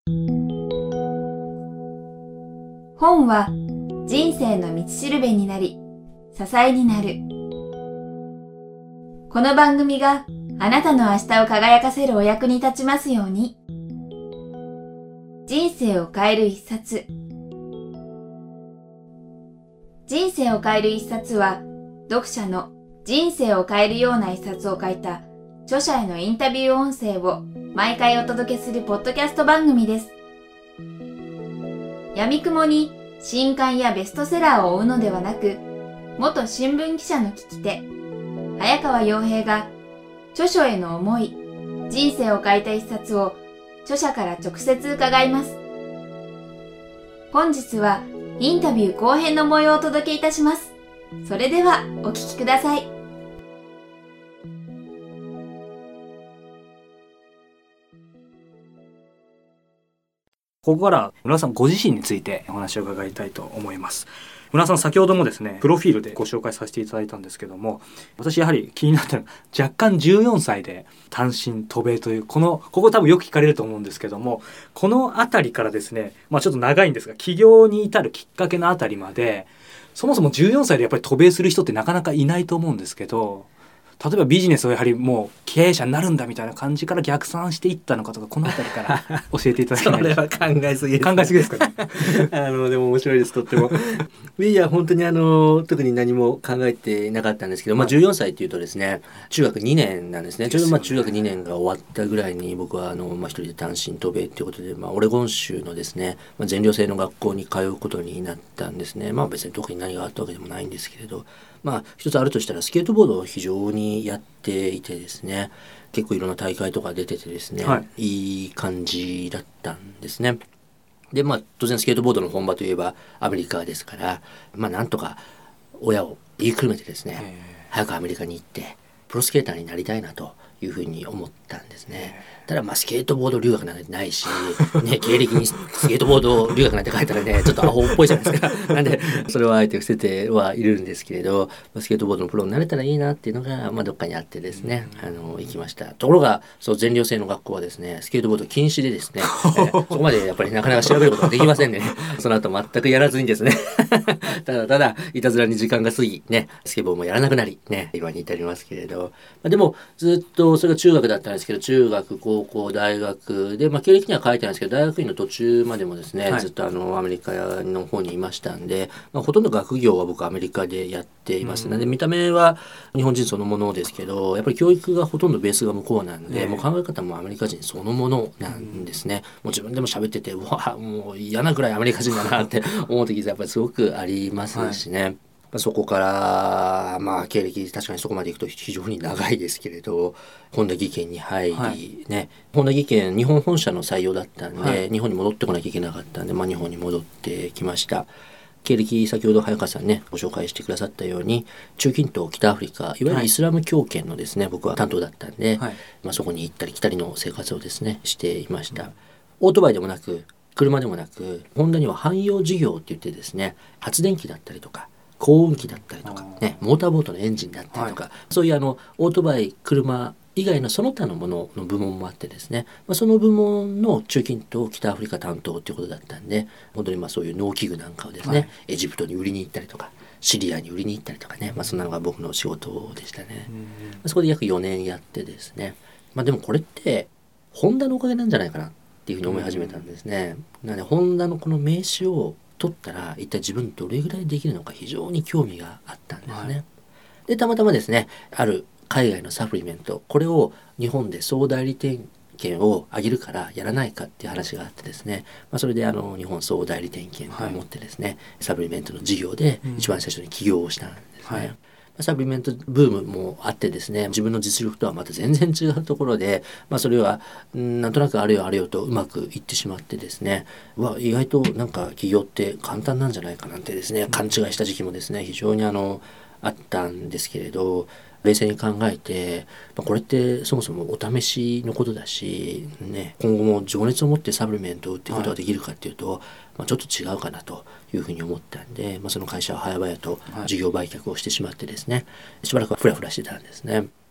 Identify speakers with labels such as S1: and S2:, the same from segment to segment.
S1: 本は人生の道しるべになり、支えになる。この番組があなたの明日を輝かせるお役に立ちますように。人生を変える一冊。人生を変える一冊は、読者の人生を変えるような一冊を書いた著者へのインタビュー音声を毎回お届けするポッドキャスト番組です。闇雲に新刊やベストセラーを追うのではなく、元新聞記者の聞き手、早川洋平が著書への思い、人生を変えた一冊を著者から直接伺います。本日はインタビュー後編の模様をお届けいたします。それではお聞きください。
S2: ここから村田さんご自身についてお話を伺いたいと思います。村田さん、先ほどもですねプロフィールでご紹介させていただいたんですけども、私やはり気になったのは若干14歳で単身渡米というここ多分よく聞かれると思うんですけども、このあたりからですね、ちょっと長いんですが起業に至るきっかけのあたりまで、そもそも14歳でやっぱり渡米する人ってなかなかいないと思うんですけど、例えばビジネスをやはりもう経営者になるんだみたいな感じから逆算していったのかとか、このあたりから教えていただけないでしょうか。
S3: それは考えすぎです。
S2: 考えすぎですかね。
S3: でも面白いです、とっても。いや本当に特に何も考えていなかったんですけど、14歳っていうとですね、中学2年なんですね。ちょうど中学2年が終わったぐらいに僕は一人で単身渡米ということで、オレゴン州のですね、全寮制の学校に通うことになったんですね。別に特に何があったわけでもないんですけれど、一つあるとしたらスケートボードを非常にやっていてですね、結構いろんな大会とか出ててですね、いい感じだったんですね。で当然スケートボードの本場といえばアメリカですから、なんとか親を言いくるめてですね、早くアメリカに行ってプロスケーターになりたいなというふうに思ったんですね。ただスケートボード留学なんてないし、経歴にスケートボード留学なんて書いたらねちょっとアホっぽいじゃないですか。なんでそれはあえて伏せてはいるんですけれど、スケートボードのプロになれたらいいなっていうのがどっかにあってですね、行きました。ところが全寮制の学校はですね、スケートボード禁止でですね、そこまでやっぱりなかなか調べることができませんでね、その後全くやらずにですねただいたずらに時間が過ぎね、スケボーもやらなくなりね、今に至りますけれど、でもずっとそれが中学だったんですけど、中学高校大学で、経歴には書いてないんですけど、大学院の途中までもですね、ずっとアメリカの方にいましたんで、ほとんど学業は僕アメリカでやっています。で見た目は日本人そのものですけど、やっぱり教育がほとんどベースが向こうなんで、もう考え方もアメリカ人そのものなんですね。もう自分でも喋ってて、もう嫌なくらいアメリカ人だなって思う時やっぱりすごくありますしね。そこから経歴確かにそこまで行くと非常に長いですけれど、本田技研に入り、本田技研日本本社の採用だったんで、日本に戻ってこなきゃいけなかったんで、日本に戻ってきました。経歴先ほど早川さんねご紹介してくださったように、中近東北アフリカいわゆるイスラム教圏のですね、僕は担当だったんで、そこに行ったり来たりの生活をですねしていました。オートバイでもなく車でもなく、ホンダには汎用事業って言ってですね、発電機だったりとか耕運機だったりとかね、モーターボートのエンジンだったりとか、そういうオートバイ車以外のその他のものの部門もあってですね、その部門の中近東北アフリカ担当ということだったんで、本当にそういう農機具なんかをですね、エジプトに売りに行ったりとかシリアに売りに行ったりとかね、そんなのが僕の仕事でしたね。そこで約4年やってですね、でもこれってホンダのおかげなんじゃないかなっていうふうに思い始めたんですね。なのでホンダのこの名刺を取ったら一体自分どれぐらいできるのか非常に興味があったんですね。でたまたまですね、ある海外のサプリメント、これを日本で総代理店権をあげるからやらないかっていう話があってですね、それで日本総代理店権を持ってですね、サプリメントの事業で一番最初に起業をしたんですね。サプリメントブームもあってですね、自分の実力とはまた全然違うところで、それはなんとなくあれよとうまくいってしまってですね、意外となんか起業って簡単なんじゃないかなんてですね、勘違いした時期もですね非常にあったんですけれど、冷静に考えて、これってそもそもお試しのことだし、今後も情熱を持ってサプリメントを売っていくことができるかっていうと、ちょっと違うかなというふうに思ったんで、その会社は早々と事業売却をしてしまってですね、しばらくはフラフラしてたんですね。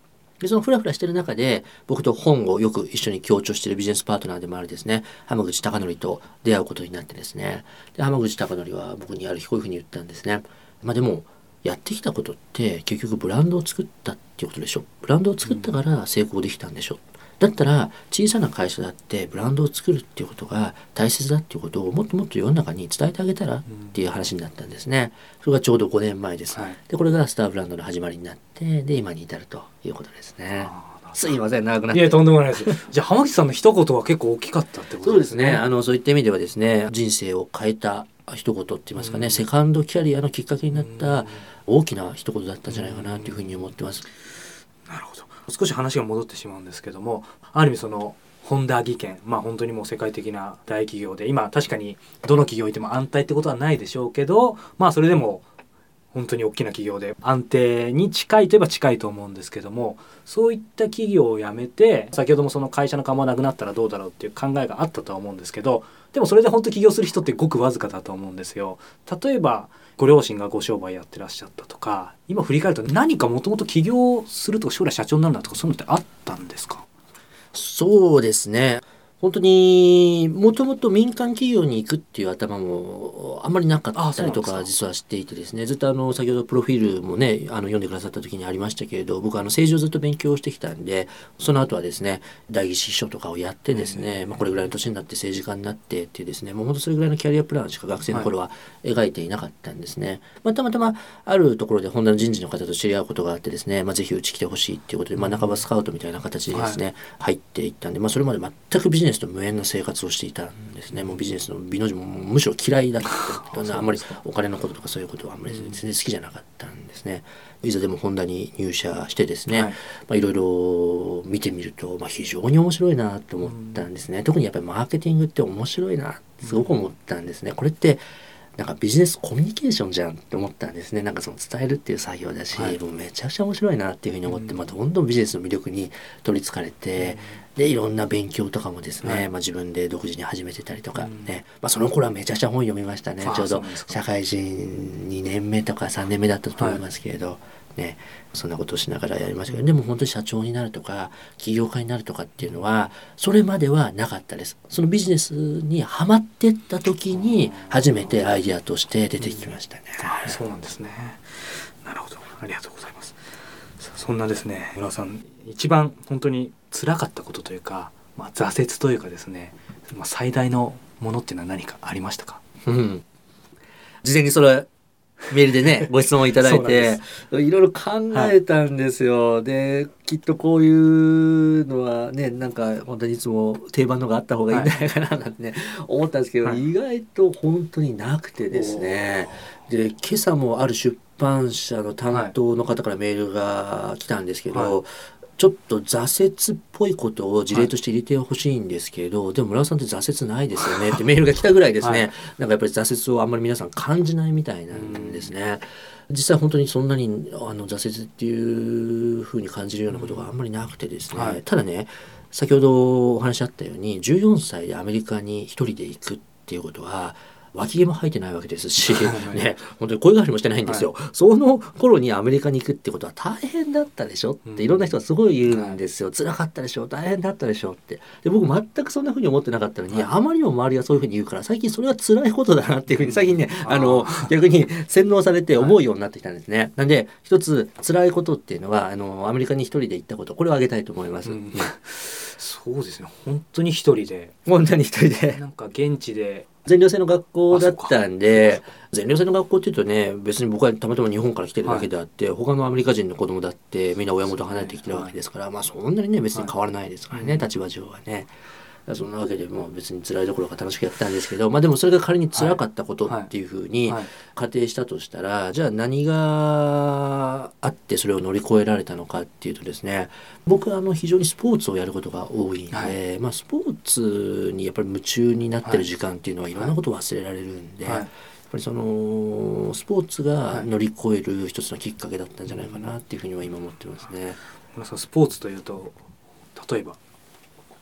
S3: でそのフラフラしてる中で僕と本をよく一緒に協調しているビジネスパートナーでもあるですね浜口貴則と出会うことになってですね、で浜口貴則は僕にある日こういうふうに言ったんですね。でもやってきたことって結局ブランドを作ったっていうことでしょ。ブランドを作ったから成功できたんでしょ。だったら小さな会社だってブランドを作るっていうことが大切だっていうことをもっともっと世の中に伝えてあげたらっていう話になったんですね。それがちょうど5年前です。でこれがスターブランドの始まりになってで今に至るということですね。すいません長くなって。
S2: いやとんでもないです。じゃあ浜口さんの一言は結構大きかったってことですね。
S3: そうですね。そういった意味ではですね人生を変えた一言って言いますかね、セカンドキャリアのきっかけになった大きな一言だったんじゃないかなというふうに思ってます。
S2: なるほど。少し話が戻ってしまうんですけども、ある意味そのホンダ技研、本当にもう世界的な大企業で今確かにどの企業いても安泰ってことはないでしょうけど、それでも本当に大きな企業で安定に近いといえば近いと思うんですけども、そういった企業を辞めて先ほどもその会社の顔がなくなったらどうだろうっていう考えがあったとは思うんですけど、でもそれで本当に起業する人ってごくわずかだと思うんですよ。例えばご両親がご商売やってらっしゃったとか、今振り返ると何かもともと起業するとか将来社長になるなとかそういうのってあったんですか？
S3: そうですね。本当にもともと民間企業に行くっていう頭もあんまりなかったりとか実はしていてですね、ずっと先ほどプロフィールもね読んでくださった時にありましたけれど、僕は政治をずっと勉強してきたんで、その後はですね代議士秘書とかをやってですね、これぐらいの年になって政治家になってっていうですね、もう本当それぐらいのキャリアプランしか学生の頃は描いていなかったんですね。たまたまあるところでホンダの人事の方と知り合うことがあってですね、ぜひうち来てほしいっていうことで、半ばスカウトみたいな形でですね、入っていったんで、それまで全くビジネスと無縁な生活をしていたんですね。もうビジネスの美の字もむしろ嫌いだったあんまりお金のこととかそういうことはあんまり全然好きじゃなかったんですね。いざでもホンダに入社してですね、いろいろ見てみると、非常に面白いなと思ったんですね。特にやっぱりマーケティングって面白いなってすごく思ったんですね。これってなんかビジネスコミュニケーションじゃんって思ったんですね。なんかその伝えるっていう作業だし、もうめちゃくちゃ面白いなっていうふうに思って、どんどんビジネスの魅力に取りつかれて、でいろんな勉強とかもですね、自分で独自に始めてたりとかね、その頃はめちゃくちゃ本読みましたね。ちょうど社会人2年目とか3年目だったと思いますけれど、そんなことをしながらやりましたけど、でも本当に社長になるとか起業家になるとかっていうのはそれまではなかったです。そのビジネスにハマってった時に初めてアイデアとして出てきましたね。
S2: そうなんですね。なるほど、ありがとうございます。そんなですね村尾さん、一番本当に辛かったことというか、挫折というかですね、最大のものっていうのは何かありましたか？
S3: 事前にそれメールでねご質問いただいていろいろ考えたんですよ。できっとこういうのはねなんか本当にいつも定番のがあった方がいいんじゃないかななんてね、思ったんですけど、意外と本当になくてですね、で今朝もある出版社の担当の方からメールが来たんですけど、ちょっと挫折っぽいことを事例として入れてほしいんですけど、でも村尾さんって挫折ないですよねってメールが来たぐらいですね、なんかやっぱり挫折をあんまり皆さん感じないみたいなんですね。実際本当にそんなに挫折っていう風に感じるようなことがあんまりなくてですね、ただね先ほどお話あったように14歳でアメリカに一人で行くっていうことは脇毛も生えてないわけですし、本当に声変わりもしてないんですよ。その頃にアメリカに行くってことは大変だったでしょっていろんな人がすごい言うんですよ。辛かったでしょ、大変だったでしょって。で僕全くそんな風に思ってなかったのに、あまりにも周りがそういう風に言うから最近それは辛いことだなっていう風に最近ね逆に洗脳されて思うようになってきたんですね。なんで一つ辛いことっていうのはアメリカに一人で行ったこと、これを挙げたいと思います。
S2: そうですね、本当に一人でなんか現地で
S3: 全寮制の学校だったんで、全寮制の学校っていうとね別に僕はたまたま日本から来てるだけであって、他のアメリカ人の子供だってみんな親元離れてきてるわけですから、そんなにね別に変わらないですからね、立場上はね。そんなわけで別に辛いところが楽しくやったんですけど、でもそれが仮に辛かったことっていうふうに仮定したとしたら、じゃあ何があってそれを乗り越えられたのかっていうとですね、僕は非常にスポーツをやることが多いんで、スポーツにやっぱり夢中になってる時間っていうのはいろんなことを忘れられるんで、やっぱりそのスポーツが乗り越える一つのきっかけだったんじゃないかなっていうふうには今思ってますね。
S2: スポーツというと例えば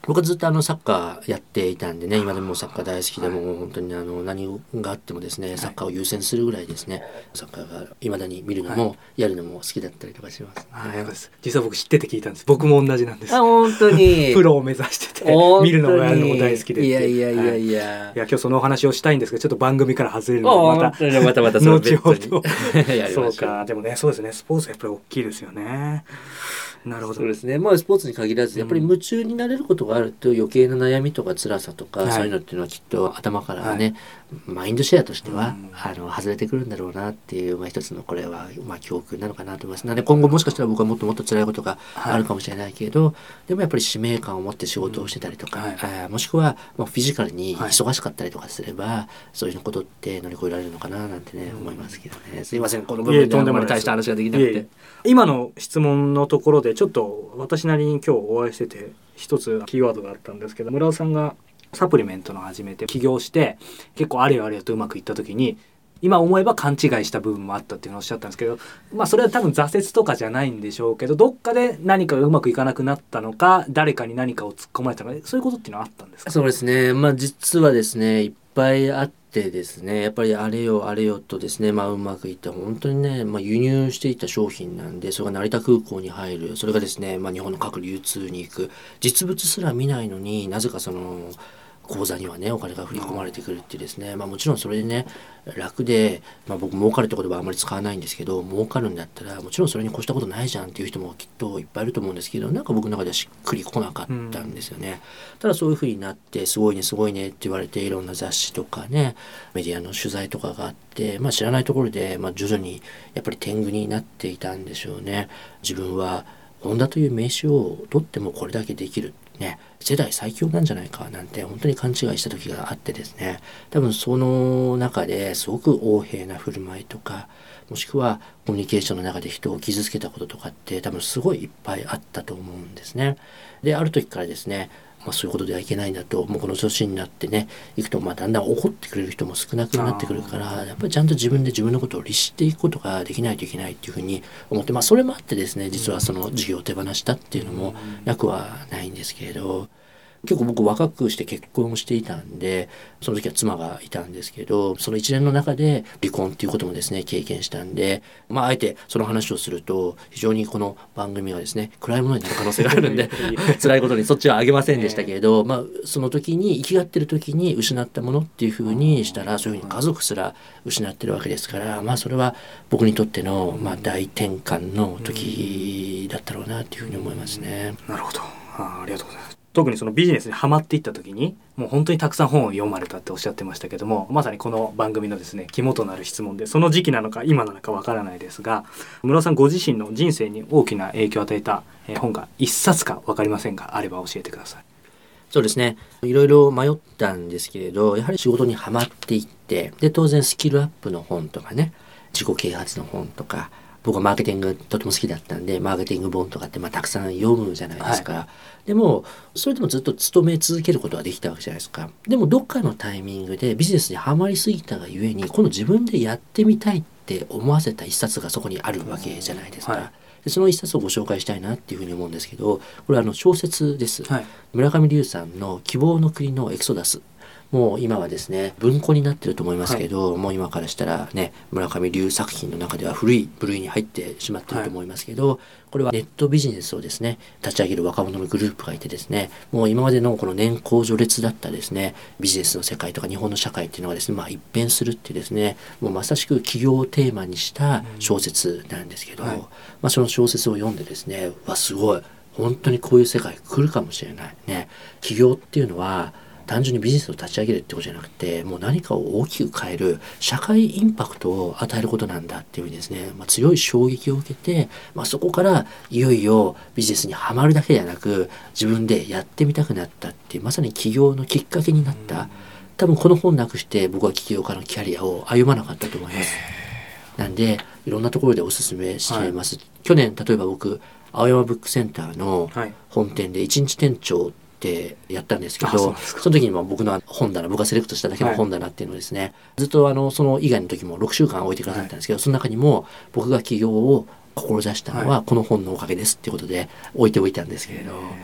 S3: 僕はずっとサッカーやっていたんでね、今でもサッカー大好きで、もう本当に何があってもですね、サッカーを優先するぐらいですね、サッカーが未だに見るのもやるのも好きだったりとかします、
S2: 実は僕知ってて聞いたんです。僕も同じなんです。
S3: 本当に
S2: プロを目指してて見るのもやるのも大好きでって。
S3: いや
S2: 今日そのお話をしたいんですけど、ちょっと番組から外れるのでまた
S3: それは
S2: 後ほど
S3: やりましょう。
S2: そうか、でもね、そうですね、スポーツはやっぱり大きいですよね。なるほど。
S3: そうですね。スポーツに限らずやっぱり夢中になれることがあると余計な悩みとか辛さとか、そういうのっていうのはきっと頭からね、マインドシェアとしては、外れてくるんだろうなっていう、一つのこれは教訓なのかなと思います。なので今後もしかしたら僕はもっともっと辛いことがあるかもしれないけど、でもやっぱり使命感を持って仕事をしてたりとか、もしくはフィジカルに忙しかったりとかすれば、そういうことって乗り越えられるのかななんてね、思いますけどね。すいません、この部分であんまり大した話ができなくて。
S2: 今の質問のところでちょっと私なりに今日お会いしてて一つキーワードがあったんですけど、村尾さんがサプリメントの始めて起業して結構あれよあれよとうまくいった時に、今思えば勘違いした部分もあったっていうのをおっしゃったんですけど、それは多分挫折とかじゃないんでしょうけど、どっかで何かがうまくいかなくなったのか、誰かに何かを突っ込まれたのか、そういうことっていうのはあったんですか？
S3: そうですね。実はですね、いっぱいあってですね、やっぱりあれよあれよとですね、うまくいった本当にね、輸入していた商品なんで、それが成田空港に入る、それがですね、日本の各流通に行く、実物すら見ないのになぜかその口座にはねお金が振り込まれてくるっていうですね、もちろんそれでね楽で、僕儲かるって言葉はあんまり使わないんですけど、儲かるんだったらもちろんそれに越したことないじゃんっていう人もきっといっぱいいると思うんですけど、なんか僕の中ではしっくりこなかったんですよね。ただそういう風になってすごいねすごいねって言われて、いろんな雑誌とかねメディアの取材とかがあって、知らないところで、徐々にやっぱり天狗になっていたんでしょうね。自分はホンダという名刺を取ってもこれだけできるね、世代最強なんじゃないかなんて本当に勘違いした時があってですね、多分その中ですごく横柄な振る舞いとか、もしくはコミュニケーションの中で人を傷つけたこととかって多分すごいいっぱいあったと思うんですね。である時からですね、そういうことではいけないんだと、もうこの年になってねいくと、だんだん怒ってくれる人も少なくなってくるから、やっぱりちゃんと自分で自分のことを律していくことができないといけないっていうふうに思って、それもあってですね、実はその事業を手放したっていうのもなくはないんですけれど、結構僕若くして結婚していたんで、その時は妻がいたんですけど、その一連の中で離婚っていうこともですね経験したんで、あえてその話をすると非常にこの番組はですね暗いものになる可能性があるんで辛いことにそっちはあげませんでしたけれど、その時に生きがってる時に失ったものっていうふうにしたら、そういうふうに家族すら失ってるわけですから、それは僕にとっての大転換の時だったろうなっていうふうに思いますね。
S2: なるほど。ありがとうございます。特にそのビジネスにハマっていった時にもう本当にたくさん本を読まれたっておっしゃってましたけども、まさにこの番組のですね肝となる質問で、その時期なのか今なのかわからないですが、室尾さんご自身の人生に大きな影響を与えた本が一冊かわかりませんがあれば教えてください。
S3: そうですね、いろいろ迷ったんですけれど、やはり仕事にはまっていって、で当然スキルアップの本とかね、自己啓発の本とか、僕はマーケティングとても好きだったんでマーケティング本とかってたくさん読むじゃないですか、でもそれでもずっと勤め続けることができたわけじゃないですか。でもどっかのタイミングでビジネスにはまりすぎたがゆえに、今度自分でやってみたいって思わせた一冊がそこにあるわけじゃないですか、でその一冊をご紹介したいなっていうふうに思うんですけど、これは小説です、村上龍さんの希望の国のエクソダス。もう今はですね文庫になってると思いますけど、もう今からしたらね村上龍作品の中では古い部類に入ってしまっていると思いますけど、これはネットビジネスをですね立ち上げる若者のグループがいてですね、もう今までのこの年功序列だったですねビジネスの世界とか日本の社会っていうのがですね一変するっていうですね、もうまさしく起業をテーマにした小説なんですけど、その小説を読んでですね、すごい本当にこういう世界来るかもしれないね。起業っていうのは単純にビジネスを立ち上げるってことじゃなくて、もう何かを大きく変える社会インパクトを与えることなんだっていうふうにですね、強い衝撃を受けて、そこからいよいよビジネスにはまるだけではなく自分でやってみたくなったっていう、まさに起業のきっかけになった。多分この本なくして僕は起業家のキャリアを歩まなかったと思います。なんでいろんなところでおすすめしています、去年例えば僕青山ブックセンターの本店で一日店長ってやったんですけど、その時に僕の本棚、僕がセレクトしただけの本棚っていうのをですね、ずっとその以外の時も6週間置いてくださったんですけど、その中にも僕が起業を志したのはこの本のおかげですっていうことで置いておいたんですけれど、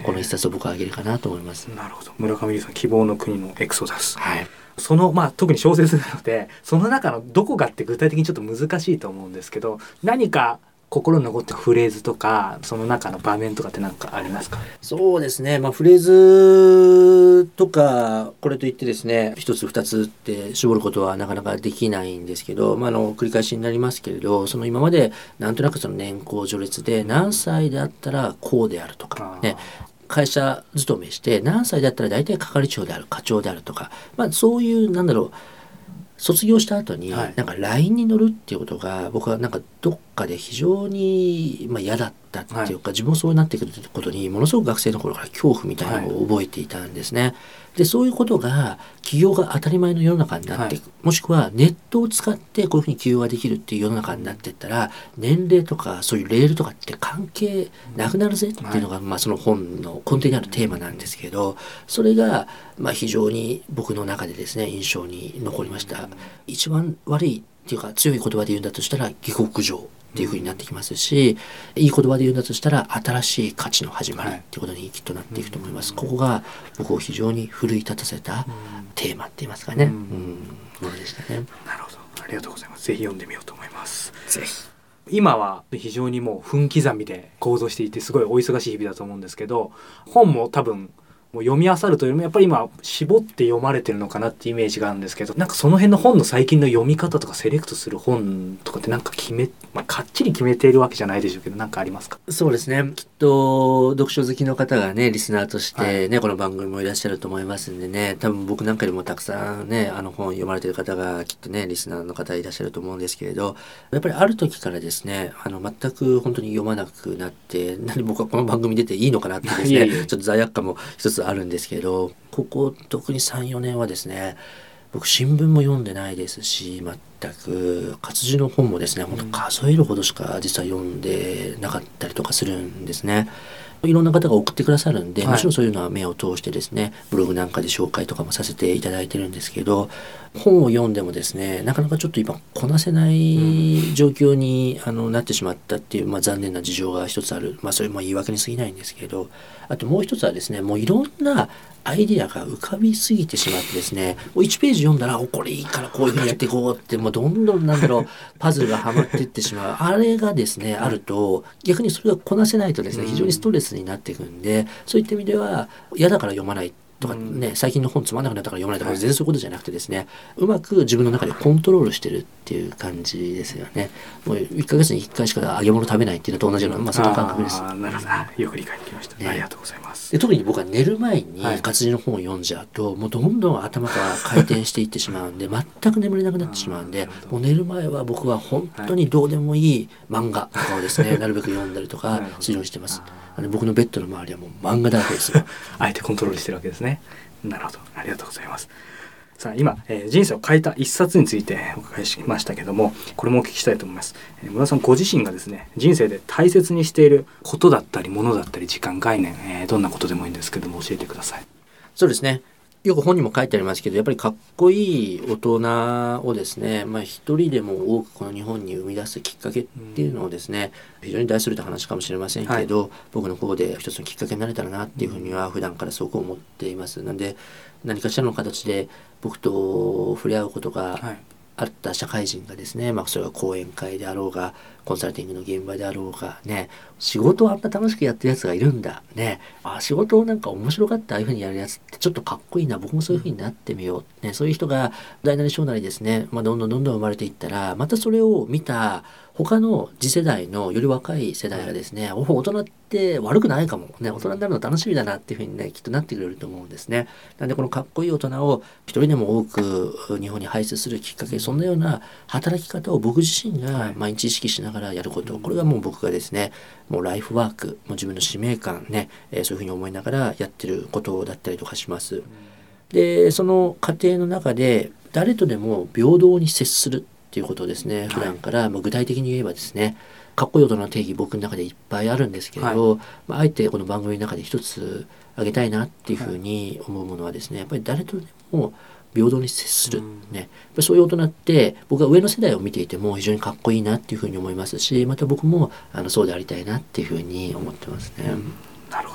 S3: この一冊を僕は挙げるかなと思います。
S2: なるほど。村上龍さん、希望の国のエクソダス。
S3: はい。
S2: その特に小説なのでその中のどこかって具体的にちょっと難しいと思うんですけど、何か心に残ってるフレーズとかその中の場面とかって何かありますか？
S3: そうですね、フレーズとかこれといってですね一つ二つって絞ることはなかなかできないんですけど、繰り返しになりますけれど、その今までなんとなくその年功序列で何歳であったらこうであるとかね、会社勤めして何歳だったら大体係長である課長であるとか、そういう卒業した後になんか LINE に乗るっていうことが僕はなんかどっかで非常に嫌だったっていうか、自分もそうなってくることにものすごく学生の頃から恐怖みたいなのを覚えていたんですね。でそういうことが起業が当たり前の世の中になっていく、もしくはネットを使ってこういうふうに起業ができるっていう世の中になっていったら、年齢とかそういうレールとかって関係なくなるぜっていうのが、その本の根底にあるテーマなんですけど、それが非常に僕の中でですね印象に残りました。一番悪いっていうか強い言葉で言うんだとしたら下克上っていう風になってきますし、いい言葉で言うんだとしたら新しい価値の始まりっていうことにきっとなっていくと思います。ここが僕を非常に奮い立たせたテーマって言いますかね、ものでしたね。
S2: なるほど、ありがとうございます。ぜひ読んでみようと思います。
S3: ぜひ。
S2: 今は非常にもう分刻みで行動していてすごいお忙しい日々だと思うんですけど、本も多分もう読み漁るというよりもやっぱり今絞って読まれてるのかなってイメージがあるんですけど、なんかその辺の本の最近の読み方とかセレクトする本とかってなんかかっちり決めているわけじゃないでしょうけど、なんかありますか？
S3: そうですね、きっと読書好きの方がねリスナーとしてね、この番組もいらっしゃると思いますんでね、多分僕なんかよりもたくさんね本読まれてる方がきっとねリスナーの方いらっしゃると思うんですけれど、やっぱりある時からですね全く本当に読まなくなって、なんで僕はこの番組出ていいのかなってですねちょっと罪悪感も一つあるんですけど、ここ特に 3,4 年はですね僕新聞も読んでないですし、全く活字の本もですね本当数えるほどしか実は読んでなかったりとかするんですね。いろんな方が送ってくださるんで、もちろんそういうのは目を通してですねブログなんかで紹介とかもさせていただいてるんですけど、本を読んでもですねなかなかちょっと今こなせない状況になってしまったっていう、残念な事情が一つある。それも言い訳に過ぎないんですけど、あともう一つはですねもういろんなアイディアが浮かびすぎてしまってですね、1ページ読んだらこれいいからこういうふうにやっていこうってもうどんどんパズルがはまっていってしまう。あれがですねあると逆にそれがこなせないとですね非常にストレスになっていくんで、そういった意味では嫌だから読まないとかね、最近の本つまんなくなったから読まないとか全然そういうことじゃなくてですね、うまく自分の中でコントロールしてるっていう感じですよね。もう1ヶ月に1回しか揚げ物食べないっていうのと同じような、そんな感覚です。
S2: なるほど、よく理解できました、ありがとうございます。
S3: で特に僕は寝る前に活字の本を読んじゃうと、もうどんどん頭が回転していってしまうんで全く眠れなくなってしまうんで、もう寝る前は僕は本当にどうでもいい漫画とかをですねなるべく読んだりとかするようにしてます。僕のベッドの周りはもう漫画だらけですよ。
S2: あえてコントロールしてるわけですね。なるほど、ありがとうございます。さあ今、人生を変えた一冊についてお伺いしましたけども、これもお聞きしたいと思います。村田さんご自身がですね人生で大切にしていることだったりものだったり時間概念、どんなことでもいいんですけども教えてください。
S3: そうですね、よく本にも書いてありますけど、やっぱりかっこいい大人をですね一人でも多くこの日本に生み出すきっかけっていうのをですね、非常に大それた話かもしれませんけど、僕の方で一つのきっかけになれたらなっていうふうには普段からすごく思っています。なんで何かしらの形で僕と触れ合うことがあった社会人がですね、それは講演会であろうがコンサルティングの現場であろうがね、仕事をあんな楽しくやってるやつがいるんだね、仕事をなんか面白がってああいうふうにやるやつってちょっとかっこいいな、僕もそういうふうになってみよう、ね、そういう人が大なり小なりですね、どんどん生まれていったら、またそれを見た他の次世代のより若い世代がですね、大人って悪くないかもね、大人になるの楽しみだなっていうふうにねきっとなってくれると思うんですね。なんでこのかっこいい大人を一人でも多く日本に輩出するきっかけ、そんなような働き方を僕自身が毎日意識しながらやること、これがもう僕がですねもうライフワーク、もう自分の使命感ね、そういうふうに思いながらやってることだったりとかします。でその過程の中で誰とでも平等に接するっていうことをですね、普段から具体的に言えばですね、かっこいい大人の定義僕の中でいっぱいあるんですけど、あえてこの番組の中で一つ挙げたいなっていうふうに思うものはですね、やっぱり誰とでも平等に接する、ね、やっぱりそういう大人って僕は上の世代を見ていても非常にかっこいいなっていうふうに思いますし、また僕もそうでありたいなっていうふうに思ってますね。
S2: なるほど、あり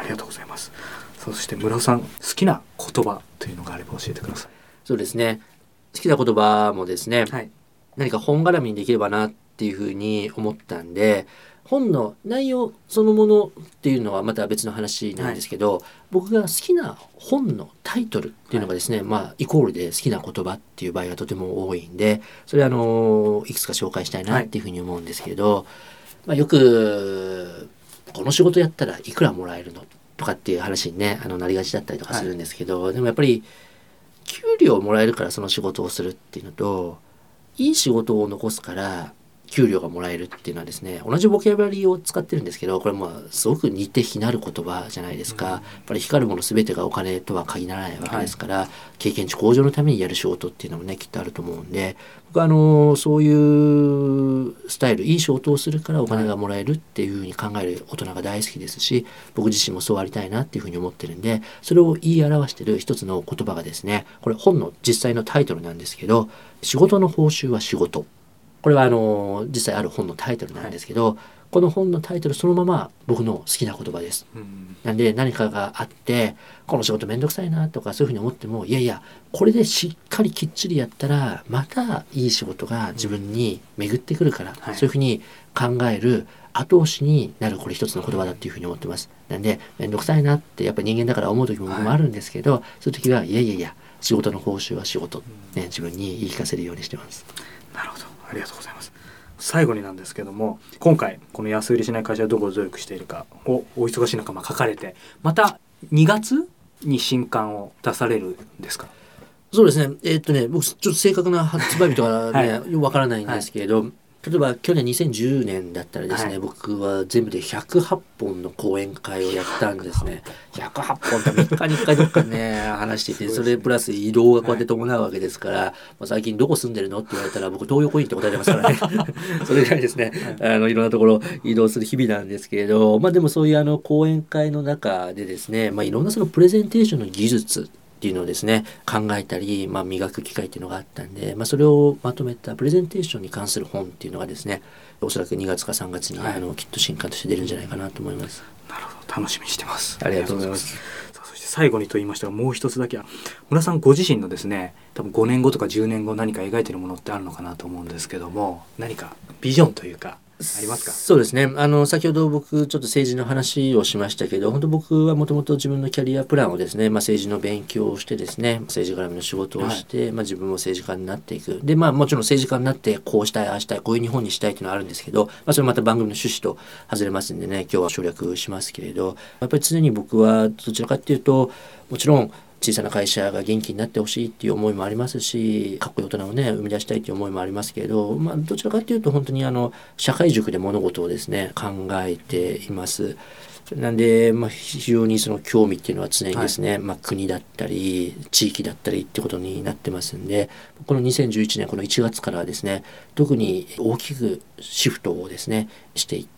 S2: りがとうございます。そして村尾さん、好きな言葉というのがあれば教えてください。
S3: そうですね。好きな言葉もですね、
S2: はい、
S3: 何か本絡みにできればなっていうふうに思ったんで、本の内容そのものっていうのはまた別の話なんですけど、僕が好きな本のタイトルっていうのがですね、イコールで好きな言葉っていう場合がとても多いんで、それはいくつか紹介したいなっていうふうに思うんですけど、よくこの仕事やったらいくらもらえるのとかっていう話にねなりがちだったりとかするんですけど、でもやっぱり給料をもらえるからその仕事をするっていうのと、いい仕事を残すから給料がもらえるっていうのはですね、同じボキャブラリーを使ってるんですけど、これすごく似て非なる言葉じゃないですか。やっぱり光るもの全てがお金とは限らないわけですから、経験値向上のためにやる仕事っていうのもねきっとあると思うんで、僕はそういうスタイル、いい仕事をするからお金がもらえるっていうふうに考える大人が大好きですし、僕自身もそうありたいなっていうふうに思ってるんで、それを言い表している一つの言葉がですね、これ本の実際のタイトルなんですけど、仕事の報酬は仕事。これは実際ある本のタイトルなんですけど、この本のタイトルそのまま僕の好きな言葉です。なんで何かがあってこの仕事めんどくさいなとかそういうふうに思っても、いやいやこれでしっかりきっちりやったらまたいい仕事が自分に巡ってくるから、そういうふうに考える後押しになる、これ一つの言葉だっていうふうに思ってます。なんでめんどくさいなってやっぱり人間だから思う時も僕もあるんですけど、そういう時はいやいやいや仕事の報酬は仕事、自分に言い聞かせるようにしてます。
S2: なるほど、ありがとうございます。最後になんですけども、今回この安売りしない会社はどこで努力しているかをお忙しい中書かれて、また2月に新刊を出されるんですか？
S3: そうですね。僕ちょっと正確な発売日とかね、わからないんですけれど、例えば去年2010年だったらですね、僕は全部で108本の講演会をやったんですね。108本と3日に1回どっかね話していて、それプラス移動がこうやって伴うわけですから、最近どこ住んでるのって言われたら僕東横インって答えてますからねそれぐらいですね、いろんなところ移動する日々なんですけれど、でもそういう講演会の中でですね、いろんなそのプレゼンテーションの技術っていうのをですね考えたり、磨く機会っていうのがあったんで、それをまとめたプレゼンテーションに関する本っていうのがですね、おそらく2月か3月に、きっと新刊として出るんじゃないかなと思います。
S2: なるほど、楽しみにしてます。
S3: ありがとうございます。
S2: そして最後にと言いましたが、もう一つだけは村さんご自身のですね、多分5年後とか10年後何か描いているものってあるのかなと思うんですけども、何かビジョンというかありますか？
S3: そうですね。先ほど僕ちょっと政治の話をしましたけど、本当僕はもともと自分のキャリアプランをですね、政治の勉強をしてですね、政治絡みの仕事をして、自分も政治家になっていく。で、もちろん政治家になってこうしたい、ああしたい、こういう日本にしたいっていうのはあるんですけど、それまた番組の趣旨と外れますんでね、今日は省略しますけれど、やっぱり常に僕はどちらかっていうと、もちろん小さな会社が元気になってほしいっていう思いもありますし、かっこいい大人をね生み出したいっていう思いもありますけれど、どちらかっていうと本当に社会塾で物事をですね考えています。なんで、非常にその興味っていうのは常にですね、国だったり地域だったりってことになってますんで、この2011年この1月からはですね特に大きくシフトをですねしていって、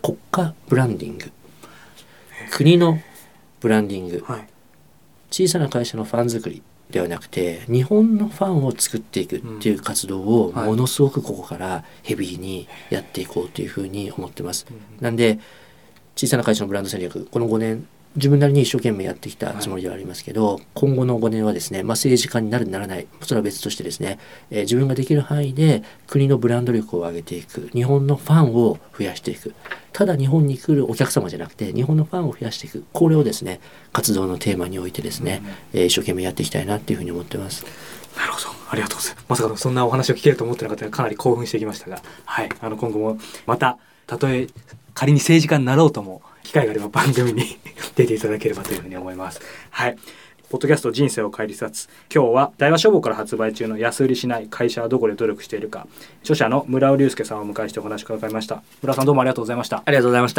S3: 国家ブランディング、国のブランディング、小さな会社のファン作りではなくて日本のファンを作っていくっていう活動をものすごくここからヘビーにやっていこうというふうに思ってます。なんで小さな会社のブランド戦略、この5年自分なりに一生懸命やってきたつもりではありますけど、今後の5年はですね、政治家になるならない、それは別としてですね、自分ができる範囲で国のブランド力を上げていく、日本のファンを増やしていく、ただ日本に来るお客様じゃなくて日本のファンを増やしていく、これをですね活動のテーマにおいてですね、一生懸命やっていきたいなっていうふうに思ってます。
S2: なるほど、ありがとうございます。まさかそんなお話を聞けると思ってなかったのでかなり興奮してきましたが、今後もまたたとえ仮に政治家になろうとも機会があれば番組に出ていただければというふうに思います。ポッドキャスト人生を変える一冊、今日は大和書房から発売中の安売りしない会社はどこで努力しているか、著者の村尾隆介さんをお迎えしてお話を伺いました。村尾さんどうもありがとうございました。
S3: ありがとうございました。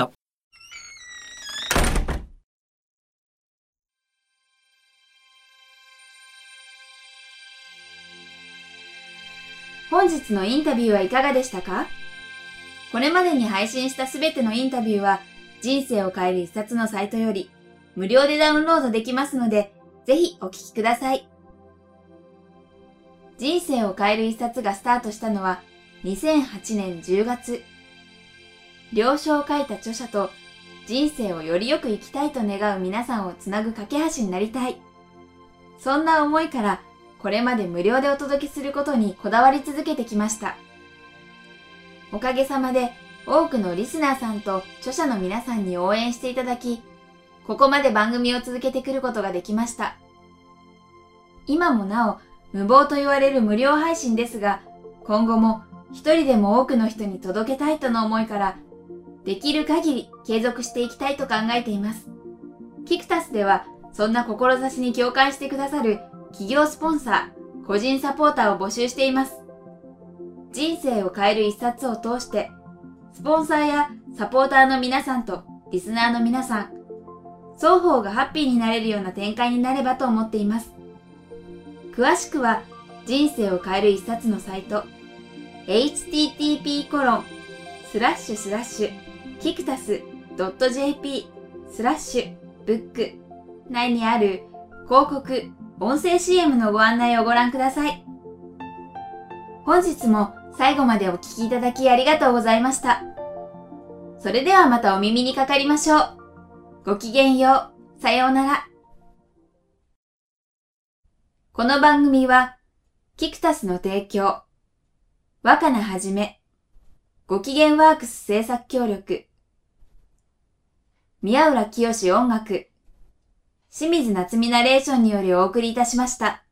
S1: 本日のインタビューはいかがでしたか？これまでに配信したすべてのインタビューは人生を変える一冊のサイトより無料でダウンロードできますので、ぜひお聞きください。人生を変える一冊がスタートしたのは2008年10月。了承を書いた著者と人生をよりよく生きたいと願う皆さんをつなぐ架け橋になりたい。そんな思いから、これまで無料でお届けすることにこだわり続けてきました。おかげさまで多くのリスナーさんと著者の皆さんに応援していただき、ここまで番組を続けてくることができました。今もなお無謀と言われる無料配信ですが、今後も一人でも多くの人に届けたいとの思いから、できる限り継続していきたいと考えています。キクタスではそんな志に共感してくださる企業スポンサー、個人サポーターを募集しています。人生を変える一冊を通して、スポンサーやサポーターの皆さんとリスナーの皆さん、双方がハッピーになれるような展開になればと思っています。詳しくは人生を変える一冊のサイト、http://kictas.jp/book 内にある広告、音声 CM のご案内をご覧ください。本日も最後までお聞きいただきありがとうございました。それではまたお耳にかかりましょう。ごきげんよう。さようなら。この番組は、キクタスの提供、若菜はじめ、ごきげんワークス制作協力、宮浦清志音楽、清水夏美ナレーションによりお送りいたしました。